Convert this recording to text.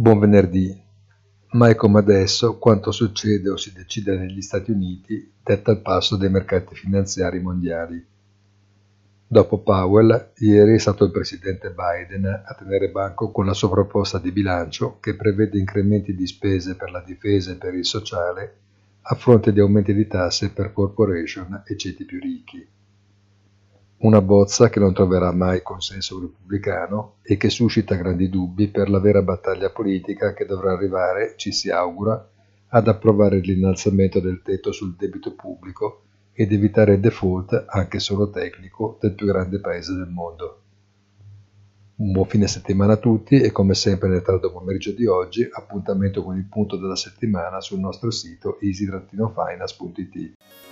Buon venerdì. Mai come adesso quanto succede o si decide negli Stati Uniti detta il passo dei mercati finanziari mondiali. Dopo Powell, ieri è stato il presidente Biden a tenere banco con la sua proposta di bilancio che prevede incrementi di spese per la difesa e per il sociale a fronte di aumenti di tasse per corporation e ceti più ricchi. Una bozza che non troverà mai consenso repubblicano e che suscita grandi dubbi per la vera battaglia politica che dovrà arrivare, ci si augura, ad approvare l'innalzamento del tetto sul debito pubblico ed evitare il default, anche solo tecnico, del più grande paese del mondo. Un buon fine settimana a tutti e come sempre nel tardo pomeriggio di oggi appuntamento con il punto della settimana sul nostro sito easy-finance.it.